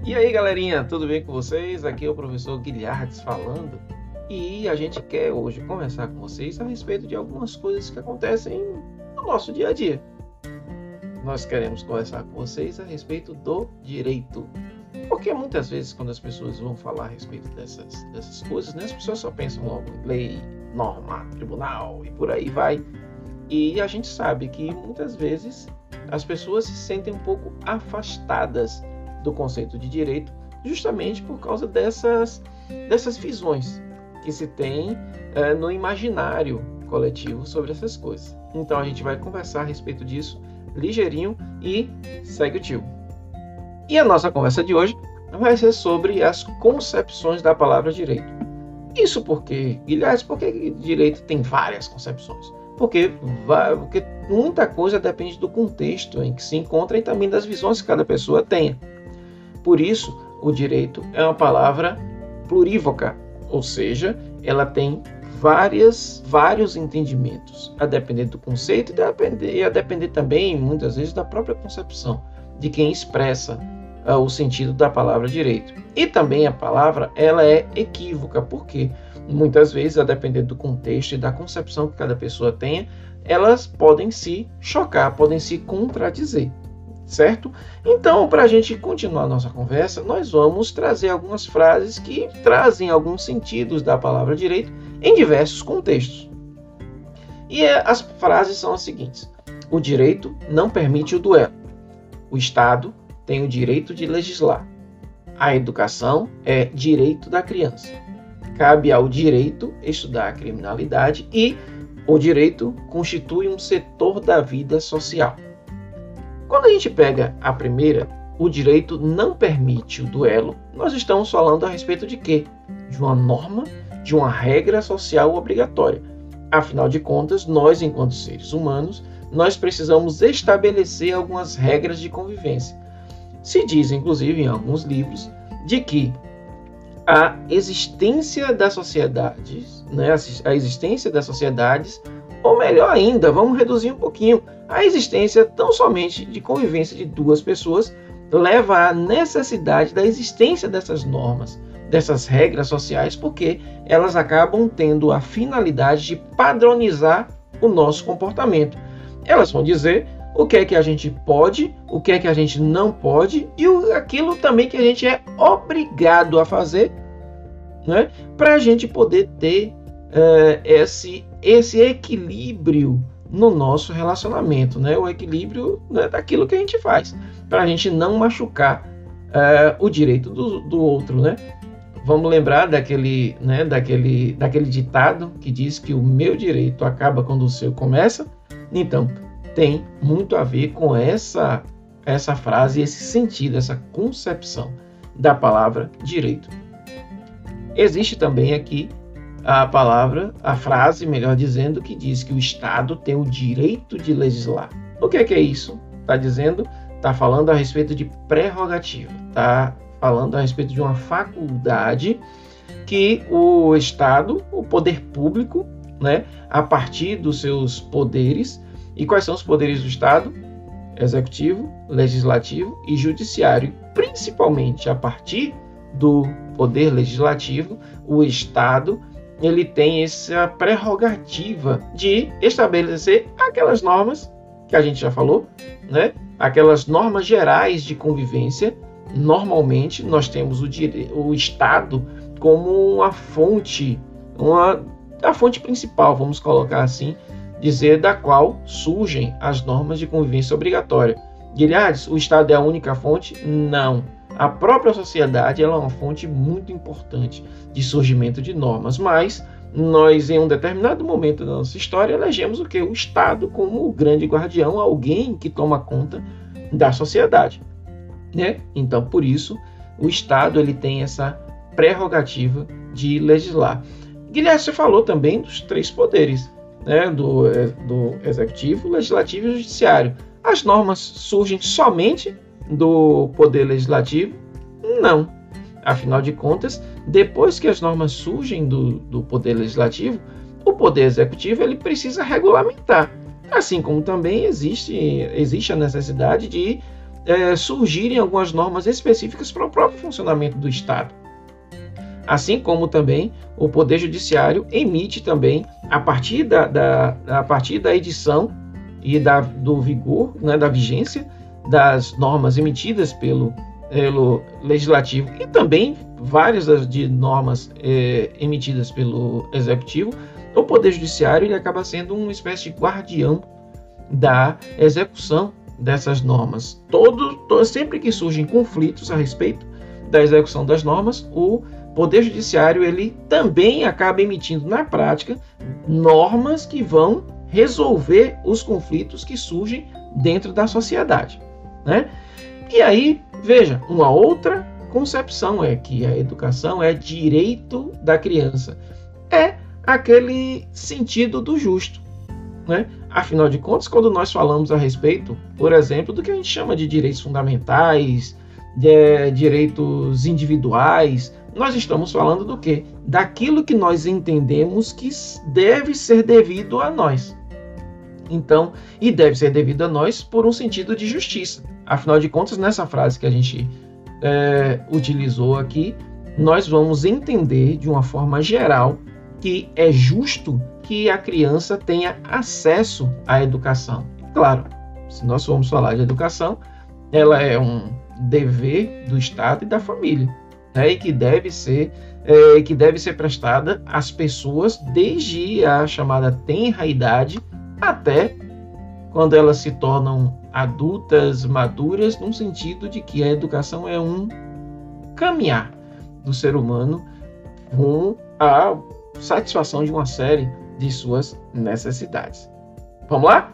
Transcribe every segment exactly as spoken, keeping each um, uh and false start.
E aí, galerinha, tudo bem com vocês? Aqui é o professor Guilherme falando e a gente quer hoje conversar com vocês a respeito de algumas coisas que acontecem no nosso dia a dia. Nós queremos conversar com vocês a respeito do direito, porque muitas vezes quando as pessoas vão falar a respeito dessas, dessas coisas, né, as pessoas só pensam logo em lei, norma, tribunal e por aí vai. E a gente sabe que muitas vezes as pessoas se sentem um pouco afastadas do conceito de direito, justamente por causa dessas, dessas visões que se tem é, no imaginário coletivo sobre essas coisas. Então a gente vai conversar a respeito disso ligeirinho e segue o tio. E a nossa conversa de hoje vai ser sobre as concepções da palavra direito. Isso porque, Guilherme, porque direito tem várias concepções? Porque, vai, porque muita coisa depende do contexto em que se encontra e também das visões que cada pessoa tenha. Por isso, o direito é uma palavra plurívoca, ou seja, ela tem várias, vários entendimentos, a depender do conceito e a depender, e a depender também, muitas vezes, da própria concepção de quem expressa uh, o sentido da palavra direito. E também a palavra ela é equívoca, porque muitas vezes, a depender do contexto e da concepção que cada pessoa tenha, elas podem se chocar, podem se contradizer. Certo? Então, para a gente continuar a nossa conversa, nós vamos trazer algumas frases que trazem alguns sentidos da palavra direito em diversos contextos. E as frases são as seguintes: o direito não permite o duelo. O Estado tem o direito de legislar. A educação é direito da criança. Cabe ao direito estudar a criminalidade e o direito constitui um setor da vida social. Quando a gente pega a primeira, o direito não permite o duelo, nós estamos falando a respeito de quê? De uma norma, de uma regra social obrigatória. Afinal de contas, nós, enquanto seres humanos, nós precisamos estabelecer algumas regras de convivência. Se diz, inclusive, em alguns livros, de que a existência das sociedades, né, a existência das sociedades, ou melhor ainda, vamos reduzir um pouquinho, a existência tão somente de convivência de duas pessoas leva à necessidade da existência dessas normas, dessas regras sociais, porque elas acabam tendo a finalidade de padronizar o nosso comportamento. Elas vão dizer o que é que a gente pode, o que é que a gente não pode e aquilo também que a gente é obrigado a fazer, né, para a gente poder ter uh, esse, esse equilíbrio no nosso relacionamento, né? O equilíbrio, né, daquilo que a gente faz, para a gente não machucar uh, o direito do, do outro, né? Vamos lembrar daquele, né, daquele, daquele ditado que diz que o meu direito acaba quando o seu começa. Então, tem muito a ver com essa, essa frase, esse sentido, essa concepção da palavra direito. Existe também aqui a palavra, a frase, melhor dizendo, que diz que o Estado tem o direito de legislar. O que é, que é isso? Está dizendo, está falando a respeito de prerrogativa, está falando a respeito de uma faculdade que o Estado, o poder público, né, a partir dos seus poderes. E quais são os poderes do Estado? Executivo, legislativo e judiciário. Principalmente a partir do poder legislativo, o Estado ele tem essa prerrogativa de estabelecer aquelas normas que a gente já falou, né? Aquelas normas gerais de convivência. Normalmente nós temos o, dire... o Estado como uma fonte, uma... a fonte principal, vamos colocar assim, dizer da qual surgem as normas de convivência obrigatória. Guilherme, o Estado é a única fonte? Não. A própria sociedade ela é uma fonte muito importante de surgimento de normas, mas nós, em um determinado momento da nossa história, elegemos o que? O Estado como o grande guardião, alguém que toma conta da sociedade, né? Então, por isso, o Estado ele tem essa prerrogativa de legislar. Guilherme, você falou também dos três poderes, né? do, do Executivo, Legislativo e Judiciário. As normas surgem somente do Poder Legislativo? Não. Afinal de contas, depois que as normas surgem do, do Poder Legislativo, o Poder Executivo ele precisa regulamentar. Assim como também existe, existe a necessidade de é, surgirem algumas normas específicas para o próprio funcionamento do Estado. Assim como também o Poder Judiciário emite também, a partir da, da, a partir da edição e da, do vigor, né, da vigência das normas emitidas pelo, pelo Legislativo e também várias das, de normas é, emitidas pelo Executivo, o Poder Judiciário ele acaba sendo uma espécie de guardião da execução dessas normas. Todo, todo, sempre que surgem conflitos a respeito da execução das normas, o Poder Judiciário ele também acaba emitindo na prática normas que vão resolver os conflitos que surgem dentro da sociedade, né? E aí, veja, uma outra concepção é que a educação é direito da criança. É aquele sentido do justo, né? Afinal de contas, quando nós falamos a respeito, por exemplo, do que a gente chama de direitos fundamentais, de direitos individuais, nós estamos falando do quê? Daquilo que nós entendemos que deve ser devido a nós. Então, e deve ser devido a nós por um sentido de justiça. Afinal de contas, nessa frase que a gente é, utilizou aqui, nós vamos entender de uma forma geral que é justo que a criança tenha acesso à educação. Claro, se nós formos falar de educação, ela é um dever do Estado e da família, né? E que deve ser, é, que deve ser prestada às pessoas desde a chamada tenra idade até quando elas se tornam adultas, maduras, no sentido de que a educação é um caminhar do ser humano rumo à satisfação de uma série de suas necessidades. Vamos lá?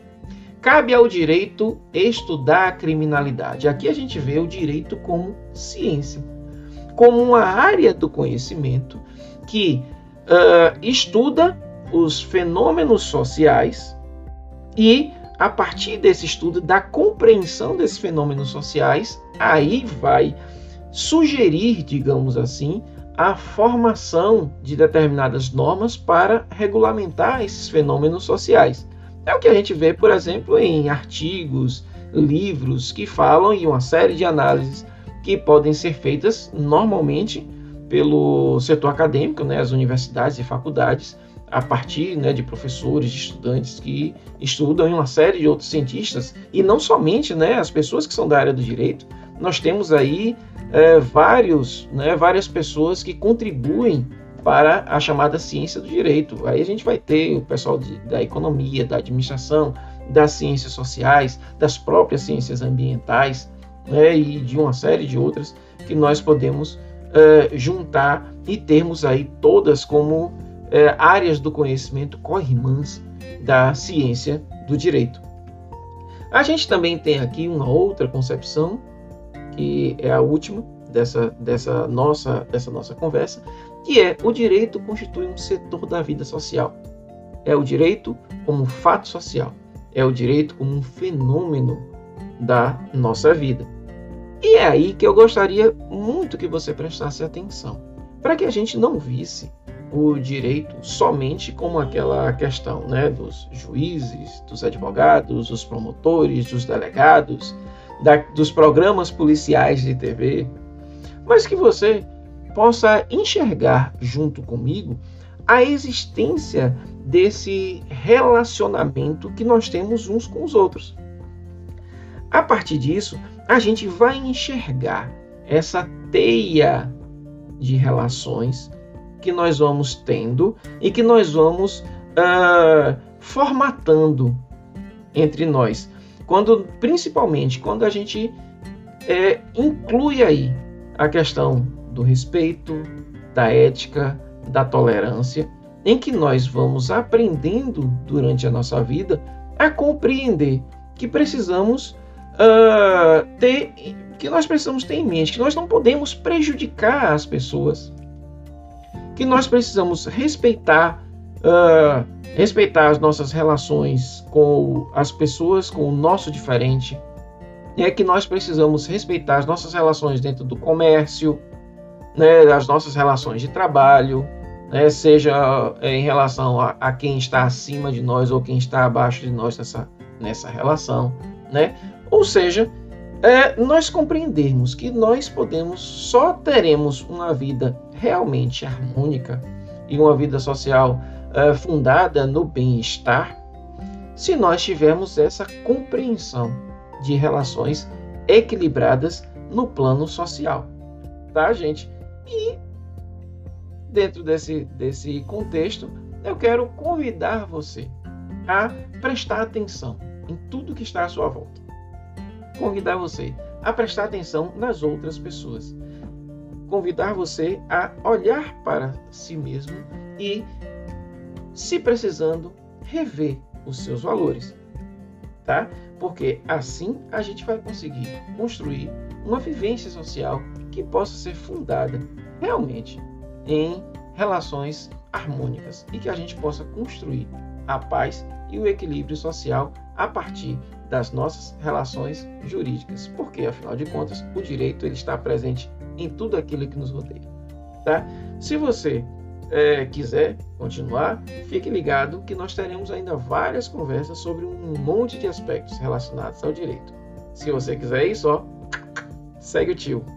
Cabe ao direito estudar a criminalidade. Aqui a gente vê o direito como ciência, como uma área do conhecimento que uh, estuda os fenômenos sociais e, a partir desse estudo, da compreensão desses fenômenos sociais, aí vai sugerir, digamos assim, a formação de determinadas normas para regulamentar esses fenômenos sociais. É o que a gente vê, por exemplo, em artigos, livros que falam e uma série de análises que podem ser feitas normalmente pelo setor acadêmico, né, as universidades e faculdades, a partir, né, de professores, de estudantes que estudam e uma série de outros cientistas, e não somente, né, as pessoas que são da área do direito. Nós temos aí é, vários, né, várias pessoas que contribuem para a chamada ciência do direito. Aí a gente vai ter o pessoal de, da economia, da administração, das ciências sociais, das próprias ciências ambientais, né, e de uma série de outras que nós podemos é, juntar e termos aí todas como é, áreas do conhecimento co-irmãs da ciência do direito. A gente também tem aqui uma outra concepção, que é a última dessa, dessa, nossa, dessa nossa conversa, que é o direito constitui um setor da vida social. É o direito como um fato social. É o direito como um fenômeno da nossa vida. E é aí que eu gostaria muito que você prestasse atenção, para que a gente não visse o direito somente como aquela questão, né, dos juízes, dos advogados, dos promotores, dos delegados, da, dos programas policiais de T V, mas que você possa enxergar junto comigo a existência desse relacionamento que nós temos uns com os outros. A partir disso, a gente vai enxergar essa teia de relações que nós vamos tendo e que nós vamos uh, formatando entre nós. Quando, principalmente quando a gente é, inclui aí a questão do respeito, da ética, da tolerância, em que nós vamos aprendendo durante a nossa vida a compreender que precisamos uh, ter, que nós precisamos ter em mente que nós não podemos prejudicar as pessoas, que nós precisamos respeitar, uh, respeitar as nossas relações com as pessoas, com o nosso diferente, e é que nós precisamos respeitar as nossas relações dentro do comércio, né, as nossas relações de trabalho, né, seja em relação a, a quem está acima de nós ou quem está abaixo de nós nessa, nessa relação, né? Ou seja, é nós compreendermos que nós podemos, só teremos uma vida realmente harmônica e uma vida social é, fundada no bem-estar, se nós tivermos essa compreensão de relações equilibradas no plano social, tá, gente? E dentro desse, desse contexto, eu quero convidar você a prestar atenção em tudo que está à sua volta. Convidar você a prestar atenção nas outras pessoas. Convidar você a olhar para si mesmo e, se precisando, rever os seus valores, tá? Porque assim a gente vai conseguir construir uma vivência social que possa ser fundada realmente em relações harmônicas e que a gente possa construir a paz e o equilíbrio social a partir das nossas relações jurídicas, porque afinal de contas o direito ele está presente em tudo aquilo que nos rodeia, tá? Se você é, quiser continuar, fique ligado que nós teremos ainda várias conversas sobre um monte de aspectos relacionados ao direito. Se você quiser ir só, segue o tio.